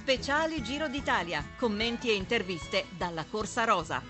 Speciali Giro d'Italia, commenti e interviste dalla Corsa Rosa.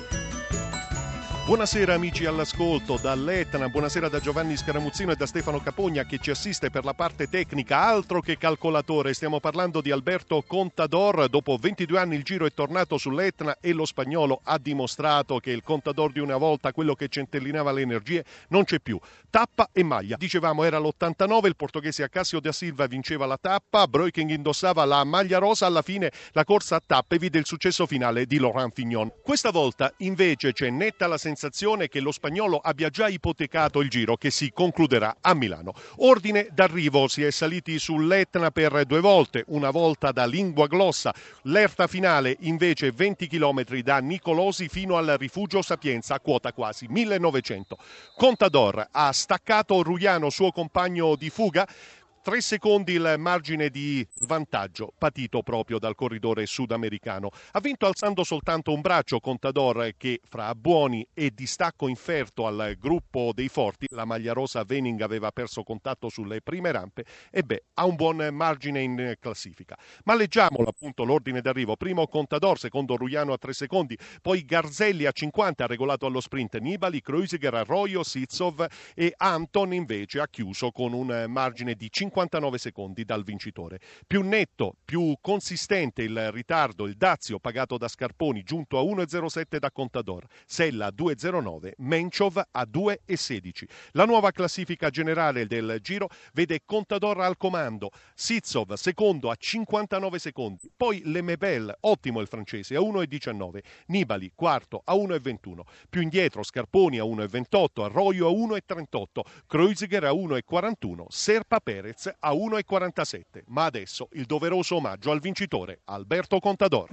Buonasera amici all'ascolto dall'Etna, buonasera da Giovanni Scaramuzzino e da Stefano Capogna che ci assiste per la parte tecnica, altro che calcolatore. Stiamo parlando di Alberto Contador. Dopo 22 anni il Giro è tornato sull'Etna e lo spagnolo ha dimostrato che il Contador di una volta, quello che centellinava le energie, non c'è più. Tappa e maglia. Dicevamo era l'89, il portoghese Acasio da Silva vinceva la tappa, Breukink indossava la maglia rosa, alla fine la corsa a tappe vide il successo finale di Laurent Fignon. Questa volta invece c'è netta la sensazione che lo spagnolo abbia già ipotecato il Giro che si concluderà a Milano. Ordine d'arrivo: si è saliti sull'Etna per 2 volte, una volta da Lingua Glossa, l'erta finale invece 20 km da Nicolosi fino al rifugio Sapienza a quota quasi 1900. Contador ha staccato Rugliano, suo compagno di fuga. 3 secondi il margine di svantaggio patito proprio dal corridore sudamericano. Ha vinto alzando soltanto un braccio Contador, che fra buoni e distacco inferto al gruppo dei forti, la maglia rosa Wening aveva perso contatto sulle prime rampe, e ha un buon margine in classifica. Ma leggiamolo appunto l'ordine d'arrivo: primo Contador, secondo Rugliano a 3 secondi, poi Garzelli a 50 ha regolato allo sprint Nibali, Kreuziger, Arroyo, Sitsov, e Anton invece ha chiuso con un margine di 59 secondi dal vincitore. Più netto, più consistente il ritardo, il dazio pagato da Scarponi, giunto a 1,07 da Contador, Sella a 2,09, Menchov a 2,16. La nuova classifica generale del Giro vede Contador al comando, Sitsov secondo a 59 secondi, poi Lemebel, ottimo il francese, a 1,19, Nibali quarto a 1,21, più indietro Scarponi a 1,28, Arroyo a 1,38, Kreuziger a 1,41, Serpa Perez a 1,47. Ma adesso il doveroso omaggio al vincitore, Alberto Contador.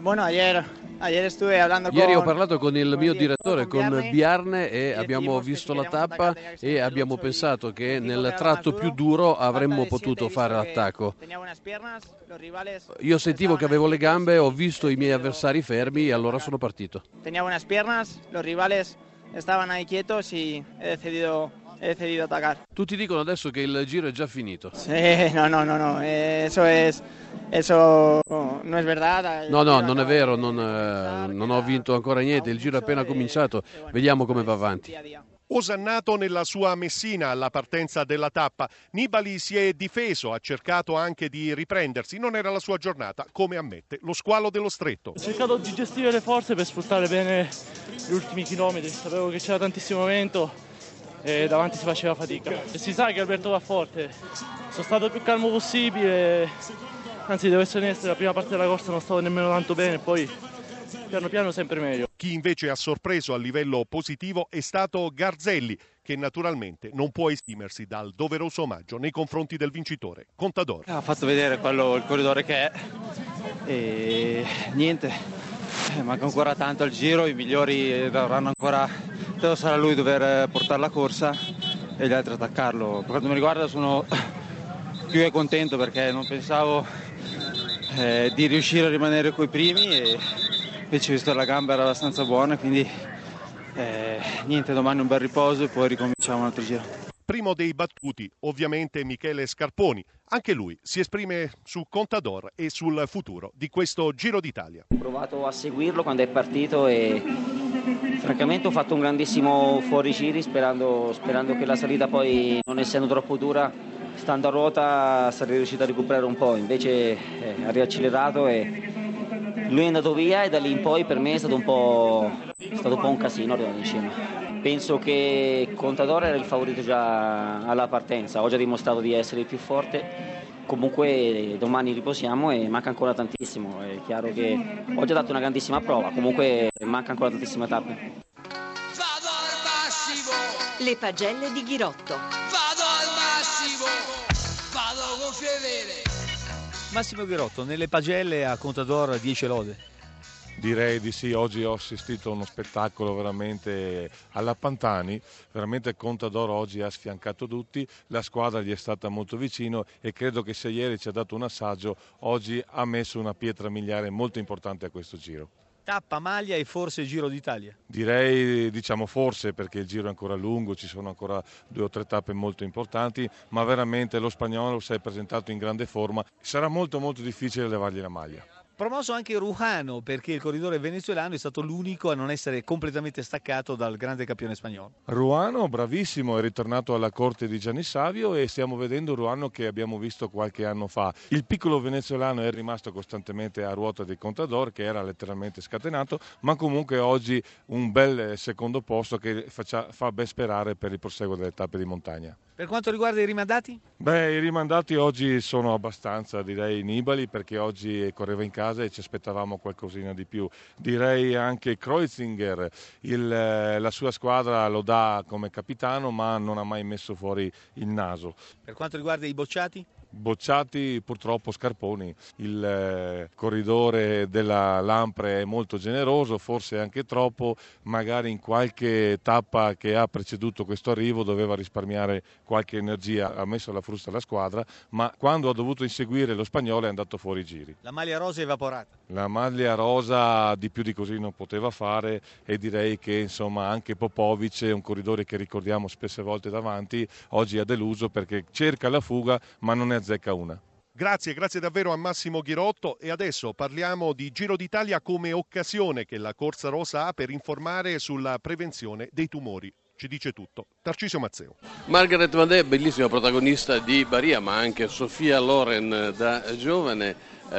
Ieri ho parlato con il mio direttore, con Bjarne, e abbiamo visto la tappa e abbiamo pensato che nel tratto più duro avremmo potuto fare l'attacco. Io sentivo che avevo le gambe, ho visto i miei avversari fermi e allora sono partito. Tenía buenas piernas, los rivales estaban ahí quietos y he decidido atacar. Tutti dicono adesso che il Giro è già finito. No, eso no es verdad. No, non è vero, non ho vinto ancora niente, il Giro è appena cominciato, vediamo come va avanti. Osannato nella sua Messina alla partenza della tappa, Nibali si è difeso, ha cercato anche di riprendersi, non era la sua giornata, come ammette lo squalo dello stretto. Ho cercato di gestire le forze per sfruttare bene gli ultimi chilometri, sapevo che c'era tantissimo vento e davanti si faceva fatica. E si sa che Alberto va forte, sono stato il più calmo possibile, anzi devo essere onesto, la prima parte della corsa non stavo nemmeno tanto bene, poi piano piano sempre meglio. Chi invece ha sorpreso a livello positivo è stato Garzelli, che naturalmente non può esimersi dal doveroso omaggio nei confronti del vincitore, Contador. Ha fatto vedere il corridore che è e niente, manca ancora tanto al Giro, i migliori dovranno ancora, sarà lui dover portare la corsa e gli altri attaccarlo. Per quanto mi riguarda sono più che contento perché non pensavo di riuscire a rimanere coi primi e invece visto che la gamba era abbastanza buona, quindi niente, domani un bel riposo e poi ricominciamo un altro giro. Primo dei battuti, ovviamente, Michele Scarponi. Anche lui si esprime su Contador e sul futuro di questo Giro d'Italia. Ho provato a seguirlo quando è partito e francamente ho fatto un grandissimo fuorigiri sperando che la salita, poi non essendo troppo dura, stando a ruota sarei riuscito a recuperare un po', invece ha riaccelerato e lui è andato via e da lì in poi per me è stato un po' un casino arrivare in cima. Penso che Contador era il favorito già alla partenza, oggi ha dimostrato di essere il più forte. Comunque domani riposiamo e manca ancora tantissimo, è chiaro che oggi ha dato una grandissima prova, comunque manca ancora tantissime tappe. Vado al massimo, Le pagelle di Ghirotto. vado al massimo, vado con fedele. Massimo Ghirotto, nelle pagelle a Contador 10 lode. Direi di sì, oggi ho assistito a uno spettacolo veramente alla Pantani, veramente Contador oggi ha sfiancato tutti, la squadra gli è stata molto vicino e credo che se ieri ci ha dato un assaggio, oggi ha messo una pietra miliare molto importante a questo Giro. Tappa, maglia e forse Giro d'Italia? Direi, forse, perché il giro è ancora lungo, ci sono ancora 2 o 3 tappe molto importanti, ma veramente lo spagnolo si è presentato in grande forma. Sarà molto molto difficile levargli la maglia. Promosso anche Ruano, perché il corridore venezuelano è stato l'unico a non essere completamente staccato dal grande campione spagnolo. Ruano, bravissimo, è ritornato alla corte di Gianni Savio e stiamo vedendo Ruano che abbiamo visto qualche anno fa. Il piccolo venezuelano è rimasto costantemente a ruota di Contador, che era letteralmente scatenato, ma comunque oggi un bel secondo posto che fa ben sperare per il proseguo delle tappe di montagna. Per quanto riguarda i rimandati? I rimandati oggi sono abbastanza, direi, Nibali, perché oggi correva in casa e ci aspettavamo qualcosina di più. Direi anche Kreuziger, la sua squadra lo dà come capitano, ma non ha mai messo fuori il naso. Per quanto riguarda i bocciati? Bocciati purtroppo Scarponi, il corridore della Lampre è molto generoso, forse anche troppo, magari in qualche tappa che ha preceduto questo arrivo doveva risparmiare qualche energia, ha messo alla frusta la squadra, ma quando ha dovuto inseguire lo spagnolo è andato fuori i giri. La maglia rosa è evaporata. La maglia rosa di più di così non poteva fare e direi che anche Popovic è un corridore che ricordiamo spesse volte davanti, oggi ha deluso perché cerca la fuga ma non ne azzecca una. Grazie davvero a Massimo Ghirotto e adesso parliamo di Giro d'Italia come occasione che la Corsa Rosa ha per informare sulla prevenzione dei tumori. Ci dice tutto Tarcisio Mazzeo. Margaret Madè, bellissima protagonista di Baria, ma anche Sofia Loren da giovane,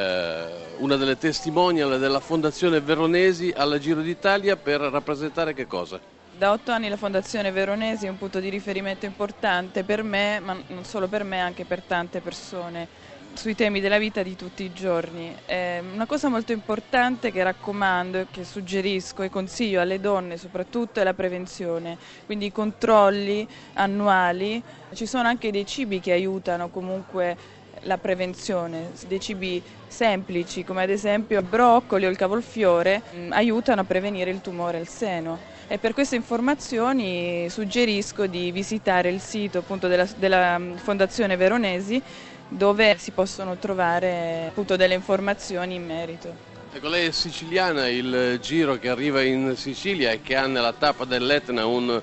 una delle testimonial della Fondazione Veronesi alla Giro d'Italia per rappresentare che cosa? Da 8 anni la Fondazione Veronesi è un punto di riferimento importante per me, ma non solo per me, anche per tante persone, sui temi della vita di tutti i giorni. Una cosa molto importante che raccomando e che suggerisco e consiglio alle donne soprattutto è la prevenzione, quindi i controlli annuali. Ci sono anche dei cibi che aiutano comunque la prevenzione, dei cibi semplici come ad esempio il broccoli o il cavolfiore aiutano a prevenire il tumore al seno. E per queste informazioni suggerisco di visitare il sito appunto della Fondazione Veronesi, dove si possono trovare appunto delle informazioni in merito. Ecco, lei è siciliana, il Giro che arriva in Sicilia e che ha nella tappa dell'Etna un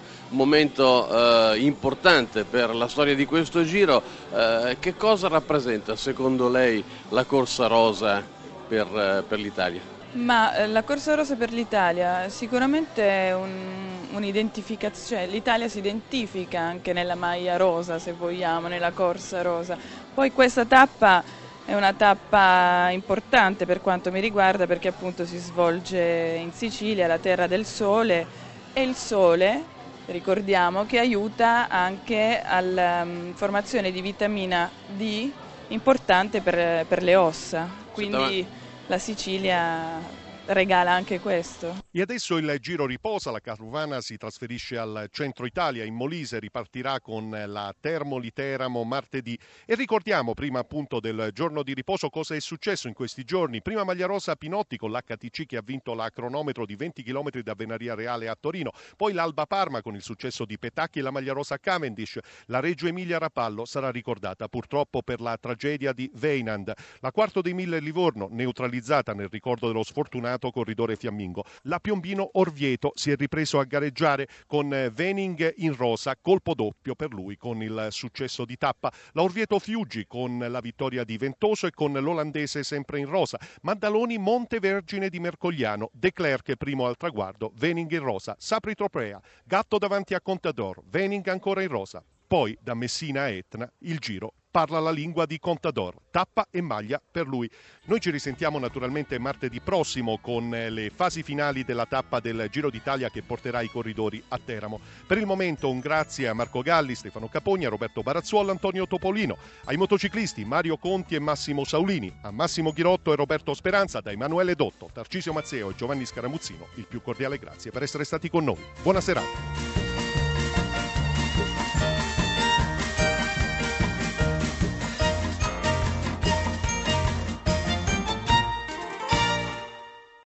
momento importante per la storia di questo Giro. Che cosa rappresenta secondo lei la Corsa Rosa per l'Italia? Ma la Corsa Rosa per l'Italia sicuramente è un'identificazione, l'Italia si identifica anche nella maglia rosa, se vogliamo, nella Corsa Rosa. Poi questa tappa è una tappa importante per quanto mi riguarda perché appunto si svolge in Sicilia, la terra del sole, e il sole, ricordiamo, che aiuta anche alla formazione di vitamina D importante per le ossa, quindi la Sicilia regala anche questo. E adesso il Giro riposa, la carovana si trasferisce al centro Italia, in Molise ripartirà con la Termoli-Teramo martedì e ricordiamo prima appunto del giorno di riposo cosa è successo in questi giorni. Prima maglia rosa Pinotti con l'HTC che ha vinto la cronometro di 20 km da Venaria Reale a Torino, poi l'Alba Parma con il successo di Petacchi e la maglia rosa Cavendish. La Reggio Emilia Rapallo sarà ricordata purtroppo per la tragedia di Weinand. La Quarto dei Mille Livorno neutralizzata nel ricordo dello sfortunato corridore fiammingo. La Piombino Orvieto si è ripreso a gareggiare con Wening in rosa, colpo doppio per lui con il successo di tappa. La Orvieto Fiuggi con la vittoria di Ventoso e con l'olandese sempre in rosa. Maddaloni Montevergine di Mercogliano, De Klerk primo al traguardo, Wening in rosa. Sapri Tropea, Gatto davanti a Contador, Wening ancora in rosa. Poi da Messina a Etna il Giro parla la lingua di Contador, tappa e maglia per lui. Noi ci risentiamo naturalmente martedì prossimo con le fasi finali della tappa del Giro d'Italia che porterà i corridori a Teramo. Per il momento un grazie a Marco Galli, Stefano Capogna, Roberto Barazzuolo, Antonio Topolino, ai motociclisti Mario Conti e Massimo Saulini, a Massimo Ghirotto e Roberto Speranza, da Emanuele Dotto, Tarcisio Mazzeo e Giovanni Scaramuzzino, il più cordiale grazie per essere stati con noi. Buona serata.